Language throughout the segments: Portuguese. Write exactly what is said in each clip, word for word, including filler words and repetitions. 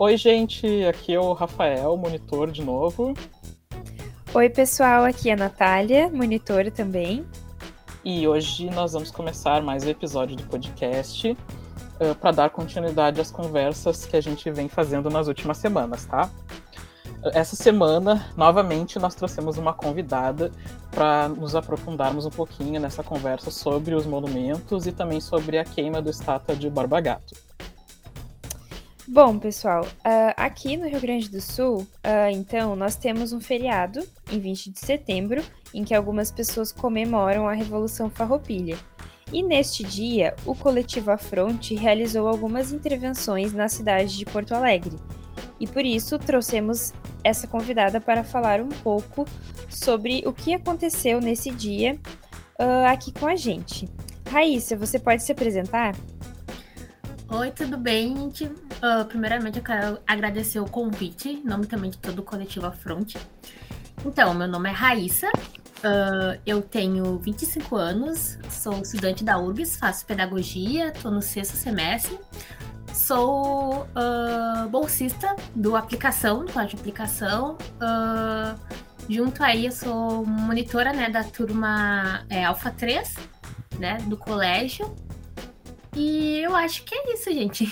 Oi, gente, aqui é o Rafael, monitor de novo. Oi, pessoal, aqui é a Natália, monitora também. E hoje nós vamos começar mais um episódio do podcast uh, para dar continuidade às conversas que a gente vem fazendo nas últimas semanas, tá? Essa semana, novamente, nós trouxemos uma convidada para nos aprofundarmos um pouquinho nessa conversa sobre os monumentos e também sobre a queima do estátua de Borba Gato. Bom, pessoal, uh, aqui no Rio Grande do Sul, uh, então, nós temos um feriado, em vinte de setembro, em que algumas pessoas comemoram a Revolução Farroupilha. E neste dia, o coletivo Afronte realizou algumas intervenções na cidade de Porto Alegre. E por isso trouxemos essa convidada para falar um pouco sobre o que aconteceu nesse dia uh, aqui com a gente. Raíssa, você pode se apresentar? Oi, tudo bem, gente? Uh, primeiramente, eu quero agradecer o convite, em nome também de todo o coletivo Afronte. Então, meu nome é Raíssa, uh, eu tenho vinte e cinco anos, sou estudante da U R G S, faço pedagogia, estou no sexto semestre. Sou uh, bolsista do Aplicação, do Colégio de Aplicação. Uh, junto aí, eu sou monitora, né, da turma é, Alfa três, né, do colégio. E eu acho que é isso, gente.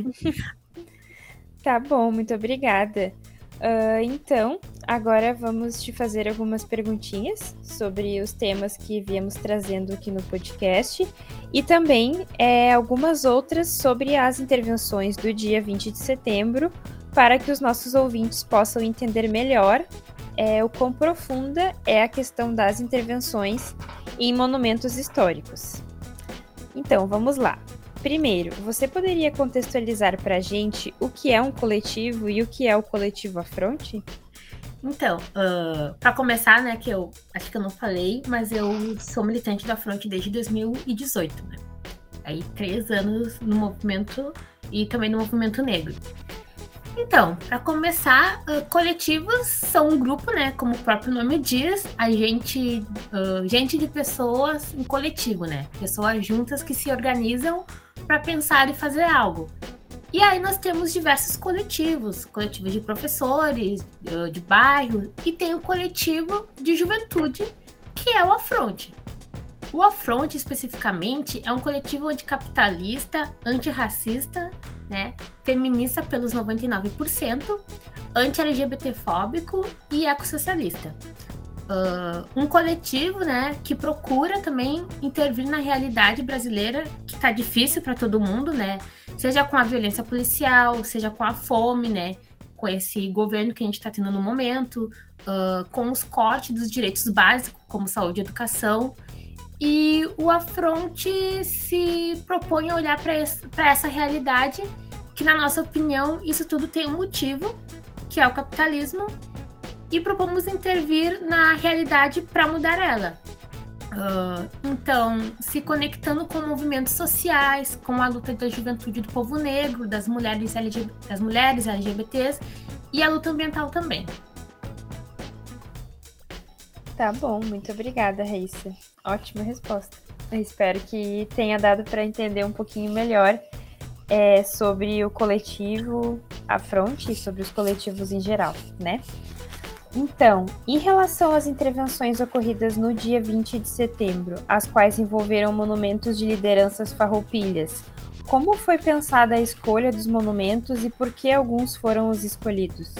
Tá bom, muito obrigada. Uh, então, agora vamos te fazer algumas perguntinhas sobre os temas que viemos trazendo aqui no podcast e também é, algumas outras sobre as intervenções do dia vinte de setembro para que os nossos ouvintes possam entender melhor é, o quão profunda é a questão das intervenções em monumentos históricos. Então, vamos lá. Primeiro, você poderia contextualizar para a gente o que é um coletivo e o que é o coletivo Afronte? Então, uh, para começar, né, que eu acho que eu não falei, mas eu sou militante da Afronte desde dois mil e dezoito, né? Aí, três anos no movimento e também no movimento negro. Então, para começar, uh, coletivos são um grupo, né, como o próprio nome diz, a gente, uh, gente de pessoas em coletivo, né, pessoas juntas que se organizam para pensar e fazer algo. E aí nós temos diversos coletivos, coletivos de professores, uh, de bairro, e tem o coletivo de juventude, que é o Afronte. O Afronte, especificamente, é um coletivo anticapitalista, antirracista, né, feminista pelos noventa e nove por cento, anti-L G B T fóbico e ecossocialista. Uh, um coletivo, né, que procura também intervir na realidade brasileira, que está difícil para todo mundo, né, seja com a violência policial, seja com a fome, né, com esse governo que a gente está tendo no momento, uh, com os cortes dos direitos básicos, como saúde e educação. E o Afronte se propõe a olhar para essa realidade, que, na nossa opinião, isso tudo tem um motivo, que é o capitalismo, e propomos intervir na realidade para mudar ela. Uh, então, se conectando com movimentos sociais, com a luta da juventude do povo negro, das mulheres, L G B T, das mulheres L G B Ts e a luta ambiental também. Tá bom, muito obrigada, Raíssa. Ótima resposta. Eu espero que tenha dado para entender um pouquinho melhor é, sobre o coletivo Afronte e sobre os coletivos em geral, né? Então, em relação às intervenções ocorridas no dia vinte de setembro, as quais envolveram monumentos de lideranças farroupilhas, como foi pensada a escolha dos monumentos e por que alguns foram os escolhidos?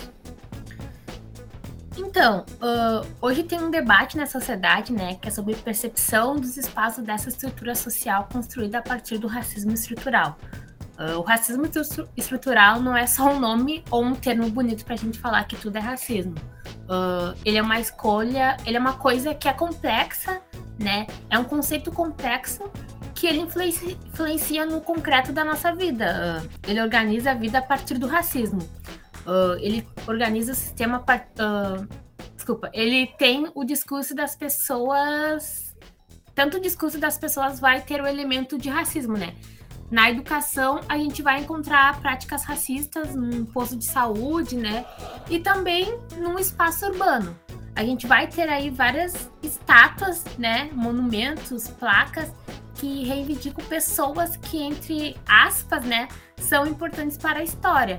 Então, uh, hoje tem um debate na sociedade, né, que é sobre percepção dos espaços dessa estrutura social construída a partir do racismo estrutural. Uh, o racismo estrutural não é só um nome ou um termo bonito para a gente falar que tudo é racismo. Uh, ele é uma escolha, ele é uma coisa que é complexa, né? É um conceito complexo que ele influencia, influencia no concreto da nossa vida. Uh, ele organiza a vida a partir do racismo. Uh, ele organiza o sistema... Uh, desculpa, ele tem o discurso das pessoas... Tanto o discurso das pessoas vai ter o elemento de racismo, né? Na educação, a gente vai encontrar práticas racistas num posto de saúde, né? E também num espaço urbano. A gente vai ter aí várias estátuas, né? Monumentos, placas que reivindicam pessoas que, entre aspas, né? São importantes para a história.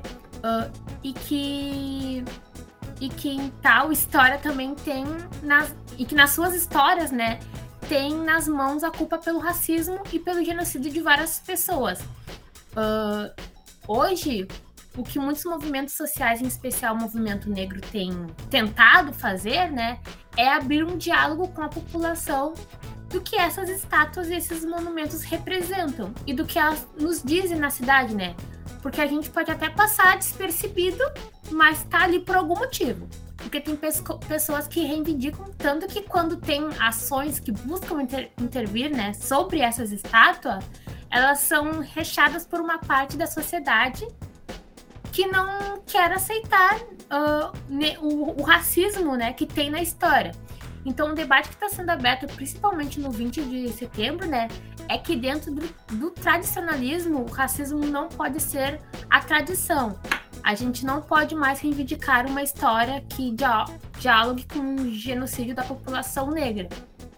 uh, e que e que em tal história também tem nas, e que nas suas histórias, né, tem nas mãos a culpa pelo racismo e pelo genocídio de várias pessoas. Uh, hoje, o que muitos movimentos sociais, em especial o movimento negro, tem tentado fazer, né, é abrir um diálogo com a população do que essas estátuas e esses monumentos representam e do que elas nos dizem na cidade, né? Porque a gente pode até passar despercebido, mas tá ali por algum motivo. Porque tem pesco- pessoas que reivindicam tanto que quando tem ações que buscam inter- intervir, né, sobre essas estátuas, elas são recheadas por uma parte da sociedade que não quer aceitar uh, ne- o, o racismo, né, que tem na história. Então, o debate que está sendo aberto, principalmente no vinte de setembro, né, é que dentro do, do tradicionalismo, o racismo não pode ser a tradição. A gente não pode mais reivindicar uma história que dia- dialogue com o genocídio da população negra.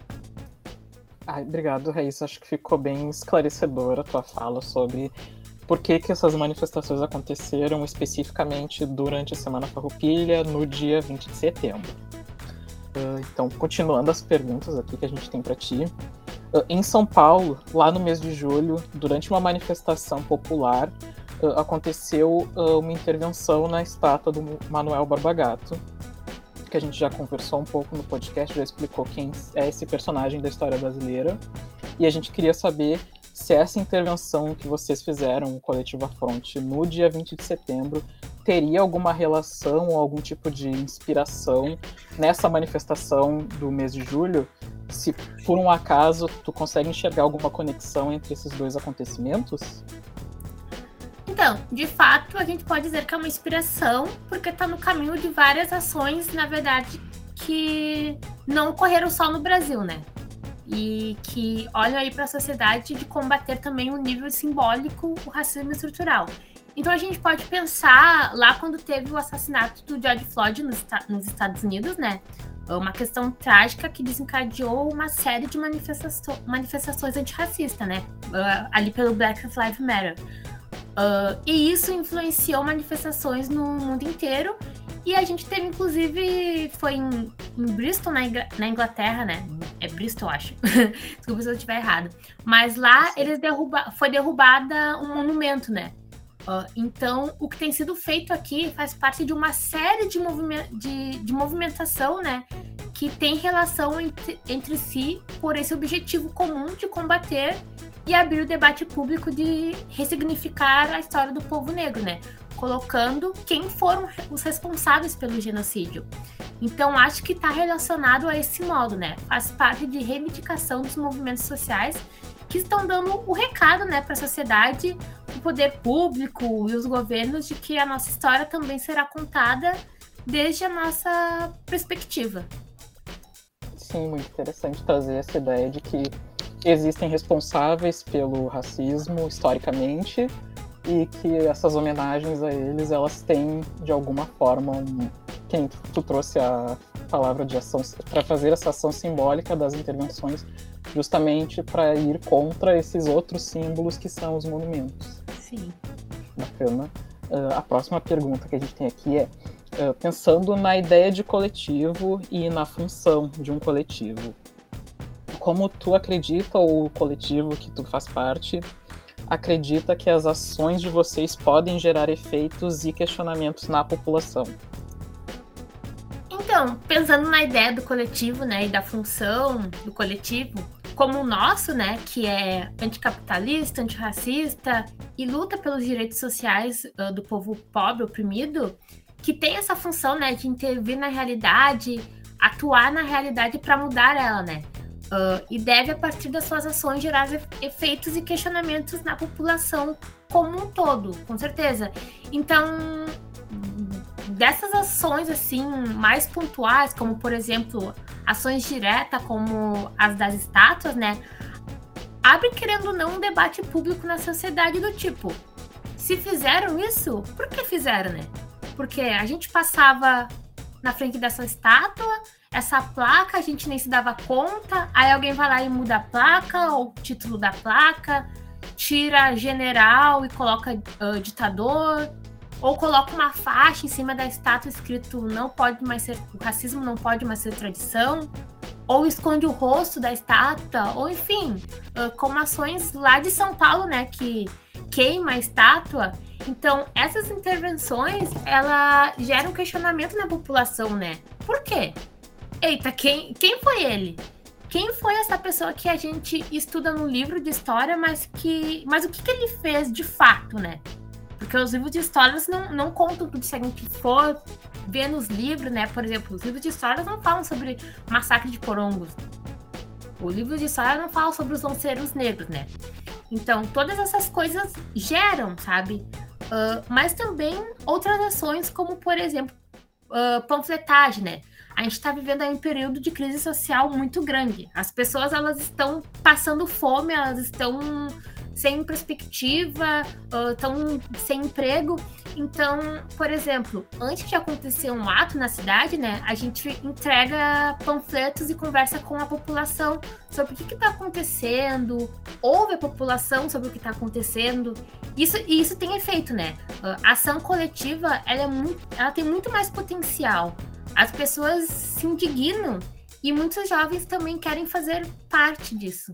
Ai, obrigado, Raíssa. Acho que ficou bem esclarecedora a tua fala sobre por que, que essas manifestações aconteceram especificamente durante a Semana Farroupilha, no dia vinte de setembro. Uh, então, continuando as perguntas aqui que a gente tem para ti. Uh, em São Paulo, lá no mês de julho, durante uma manifestação popular, uh, aconteceu uh, uma intervenção na estátua do Manuel Borba Gato, que a gente já conversou um pouco no podcast, já explicou quem é esse personagem da história brasileira. E a gente queria saber se essa intervenção que vocês fizeram, o Coletivo Afronte, no dia vinte de setembro, teria alguma relação ou algum tipo de inspiração nessa manifestação do mês de julho? Se por um acaso tu consegue enxergar alguma conexão entre esses dois acontecimentos? Então, de fato, a gente pode dizer que é uma inspiração, porque está no caminho de várias ações, na verdade, que não ocorreram só no Brasil, né? E que olham aí para a sociedade de combater também o nível simbólico, o racismo estrutural. Então a gente pode pensar lá quando teve o assassinato do George Floyd nos, nos Estados Unidos, né? Uma questão trágica que desencadeou uma série de manifestaço- manifestações antirracistas, né? Uh, ali pelo Black Lives Matter. Uh, e isso influenciou manifestações no mundo inteiro. E a gente teve, inclusive, foi em, em Bristol, na, Ingl- na Inglaterra, né? É Bristol, acho. Desculpa se eu estiver errado. Mas lá eles derruba- foi derrubada um monumento, né? Uh, então, o que tem sido feito aqui faz parte de uma série de, movime- de, de movimentação, né? Que tem relação entre, entre si por esse objetivo comum de combater e abrir o debate público de ressignificar a história do povo negro, né? Colocando quem foram os responsáveis pelo genocídio. Então, acho que está relacionado a esse modo, né? Faz parte de reivindicação dos movimentos sociais que estão dando o recado, né, para a sociedade, o poder público e os governos de que a nossa história também será contada desde a nossa perspectiva. Sim, muito interessante trazer essa ideia de que existem responsáveis pelo racismo historicamente e que essas homenagens a eles, elas têm de alguma forma um... quem tu trouxe a palavra de ação para fazer essa ação simbólica das intervenções, justamente para ir contra esses outros símbolos que são os monumentos. Sim. Bacana. Uh, a próxima pergunta que a gente tem aqui é uh, pensando na ideia de coletivo e na função de um coletivo. Como tu acredita, ou o coletivo que tu faz parte, acredita que as ações de vocês podem gerar efeitos e questionamentos na população? Então, pensando na ideia do coletivo, né, e da função do coletivo, como o nosso, né, que é anticapitalista, antirracista e luta pelos direitos sociais uh, do povo pobre, oprimido, que tem essa função, né, de intervir na realidade, atuar na realidade para mudar ela, né, uh, e deve, a partir das suas ações, gerar efeitos e questionamentos na população como um todo, com certeza. Então, dessas ações, assim, mais pontuais, como, por exemplo, ações diretas, como as das estátuas, né, abre, querendo ou não, um debate público na sociedade do tipo, se fizeram isso, por que fizeram, né? Porque a gente passava na frente dessa estátua, essa placa, a gente nem se dava conta, aí alguém vai lá e muda a placa, ou o título da placa, tira general e coloca uh, ditador, ou coloca uma faixa em cima da estátua escrito não pode mais ser, o racismo não pode mais ser tradição, ou esconde o rosto da estátua, ou enfim, como ações lá de São Paulo, né, que queima a estátua. Então, essas intervenções, ela geram um questionamento na população, né? Por quê? Eita, quem, quem foi ele? Quem foi essa pessoa que a gente estuda no livro de história, mas que, mas o que, que ele fez de fato, né? Porque os livros de histórias não, não contam tudo. Se a gente for ver nos livros, né? Por exemplo, os livros de histórias não falam sobre o massacre de Porongos. O livro de história não fala sobre os lanceiros negros, né? Então, todas essas coisas geram, sabe? Uh, mas também outras ações, como, por exemplo, uh, panfletagem, né? A gente está vivendo aí um período de crise social muito grande. As pessoas, elas estão passando fome, elas estão sem perspectiva, estão uh, sem emprego. Então, por exemplo, antes de acontecer um ato na cidade, né, a gente entrega panfletos e conversa com a população sobre o que está acontecendo, ouve a população sobre o que está acontecendo. Isso, e isso tem efeito, né? Uh, a ação coletiva, ela, é muito, ela tem muito mais potencial. As pessoas se indignam e muitos jovens também querem fazer parte disso.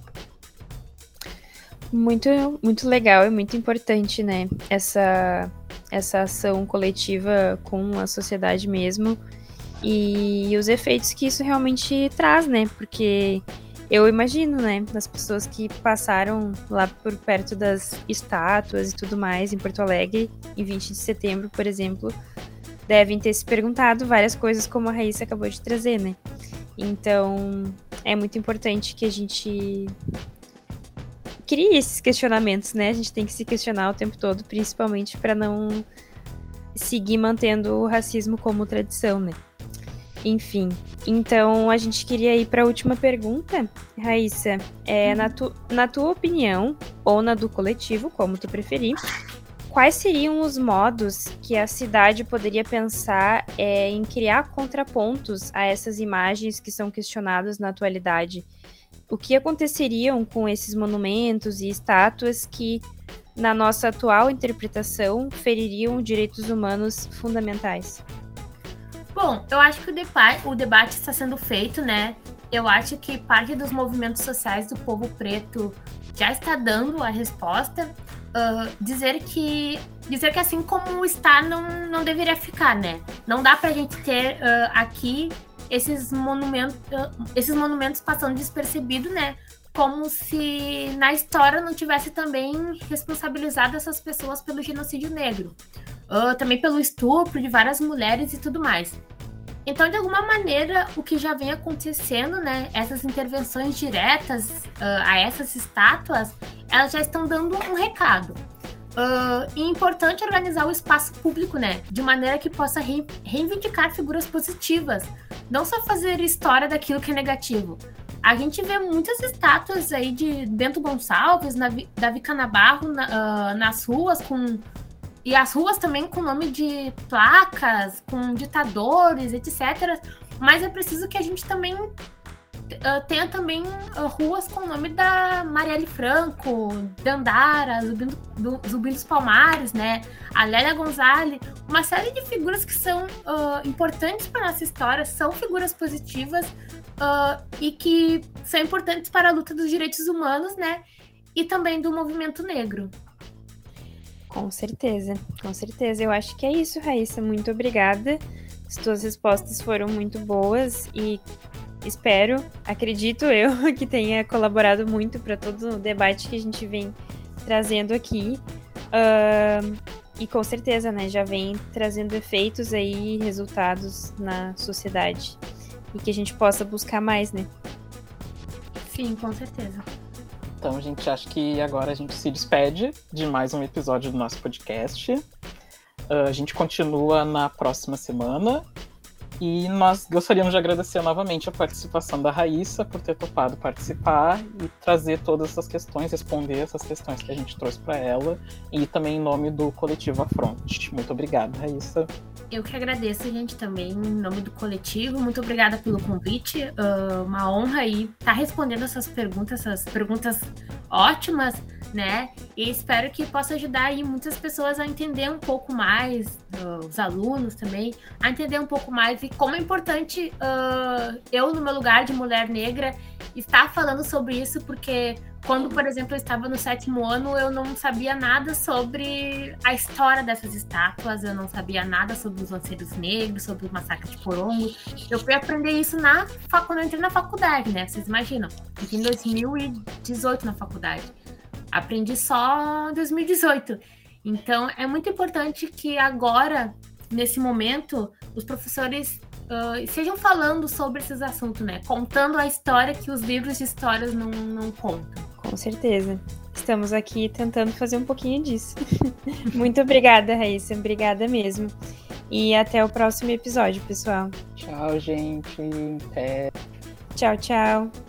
Muito, muito legal e muito importante, né? Essa, essa ação coletiva com a sociedade mesmo e os efeitos que isso realmente traz, né? Porque eu imagino, né? As pessoas que passaram lá por perto das estátuas e tudo mais em Porto Alegre, em vinte de setembro, por exemplo, devem ter se perguntado várias coisas como a Raíssa acabou de trazer, né? Então, é muito importante que a gente crie esses questionamentos, né? A gente tem que se questionar o tempo todo, principalmente para não seguir mantendo o racismo como tradição, né? Enfim, então a gente queria ir para a última pergunta, Raíssa. É, na, tu, na tua opinião, ou na do coletivo, como tu preferir, quais seriam os modos que a cidade poderia pensar é, em criar contrapontos a essas imagens que são questionadas na atualidade? O que aconteceriam com esses monumentos e estátuas que, na nossa atual interpretação, feririam direitos humanos fundamentais? Bom, eu acho que o, deba- o debate está sendo feito, né? Eu acho que parte dos movimentos sociais do povo preto já está dando a resposta. Uh, dizer que dizer que assim como está não, não deveria ficar, né? Não dá pra gente ter uh, aqui esses monumentos, uh, esses monumentos passando despercebido, né? Como se na história não tivesse também responsabilizado essas pessoas pelo genocídio negro. Uh, também pelo estupro de várias mulheres e tudo mais. Então, de alguma maneira, o que já vem acontecendo, né? Essas intervenções diretas uh, a essas estátuas, elas já estão dando um recado. Uh, e é importante organizar o espaço público, né? De maneira que possa re- reivindicar figuras positivas. Não só fazer história daquilo que é negativo. A gente vê muitas estátuas aí de Bento Gonçalves, na, Davi Canabarro, na, uh, nas ruas, com... E as ruas também com nome de placas, com ditadores, etcétera. Mas é preciso que a gente também uh, tenha também uh, ruas com o nome da Marielle Franco, Dandara, Zumbi, do, Zumbi dos Palmares, né? A Lélia Gonzalez. Uma série de figuras que são uh, importantes para a nossa história, são figuras positivas uh, e que são importantes para a luta dos direitos humanos, né? E também do movimento negro. Com certeza, com certeza. Eu acho que é isso, Raíssa. Muito obrigada. As tuas respostas foram muito boas e espero, acredito eu, que tenha colaborado muito para todo o debate que a gente vem trazendo aqui. Uh, e com certeza, né, já vem trazendo efeitos aí, resultados na sociedade. E que a gente possa buscar mais, né? Sim, com certeza. Então, gente, acho que agora a gente se despede de mais um episódio do nosso podcast. Uh, a gente continua na próxima semana. E nós gostaríamos de agradecer novamente a participação da Raíssa por ter topado participar e trazer todas essas questões, responder essas questões que a gente trouxe para ela. E também em nome do Coletivo Afronte. Muito obrigada, Raíssa. Eu que agradeço, gente, também, em nome do coletivo. Muito obrigada pelo convite. Uh, uma honra aí estar respondendo essas perguntas, essas perguntas ótimas, né? E espero que possa ajudar aí muitas pessoas a entender um pouco mais, uh, os alunos também, a entender um pouco mais e como é importante uh, eu, no meu lugar de mulher negra, estar falando sobre isso, porque quando, por exemplo, eu estava no sétimo ano, eu não sabia nada sobre a história dessas estátuas, eu não sabia nada sobre os lanceiros negros, sobre o massacre de Porongo. Eu fui aprender isso na, quando eu entrei na faculdade, né? Vocês imaginam? Eu entrei em dois mil e dezoito na faculdade. Aprendi só em dois mil e dezoito. Então, é muito importante que agora, nesse momento, os professores uh, estejam falando sobre esses assuntos, né? Contando a história que os livros de histórias não, não contam. Com certeza. Estamos aqui tentando fazer um pouquinho disso. Muito obrigada, Raíssa. Obrigada mesmo. E até o próximo episódio, pessoal. Tchau, gente. Até. Tchau, tchau.